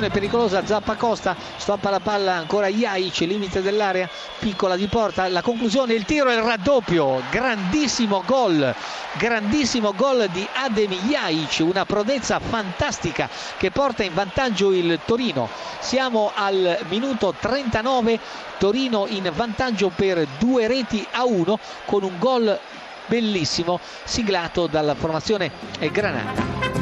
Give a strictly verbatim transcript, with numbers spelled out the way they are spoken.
azione pericolosa, Zappacosta stoppa la palla, ancora Ljajic, limite dell'area piccola di porta, la conclusione, il tiro e il raddoppio, grandissimo gol, grandissimo gol di Adem Ljajic, una prodezza fantastica che porta in vantaggio il Torino. Siamo al minuto trentanove, Torino in vantaggio per due reti a uno con un gol bellissimo siglato dalla formazione granata.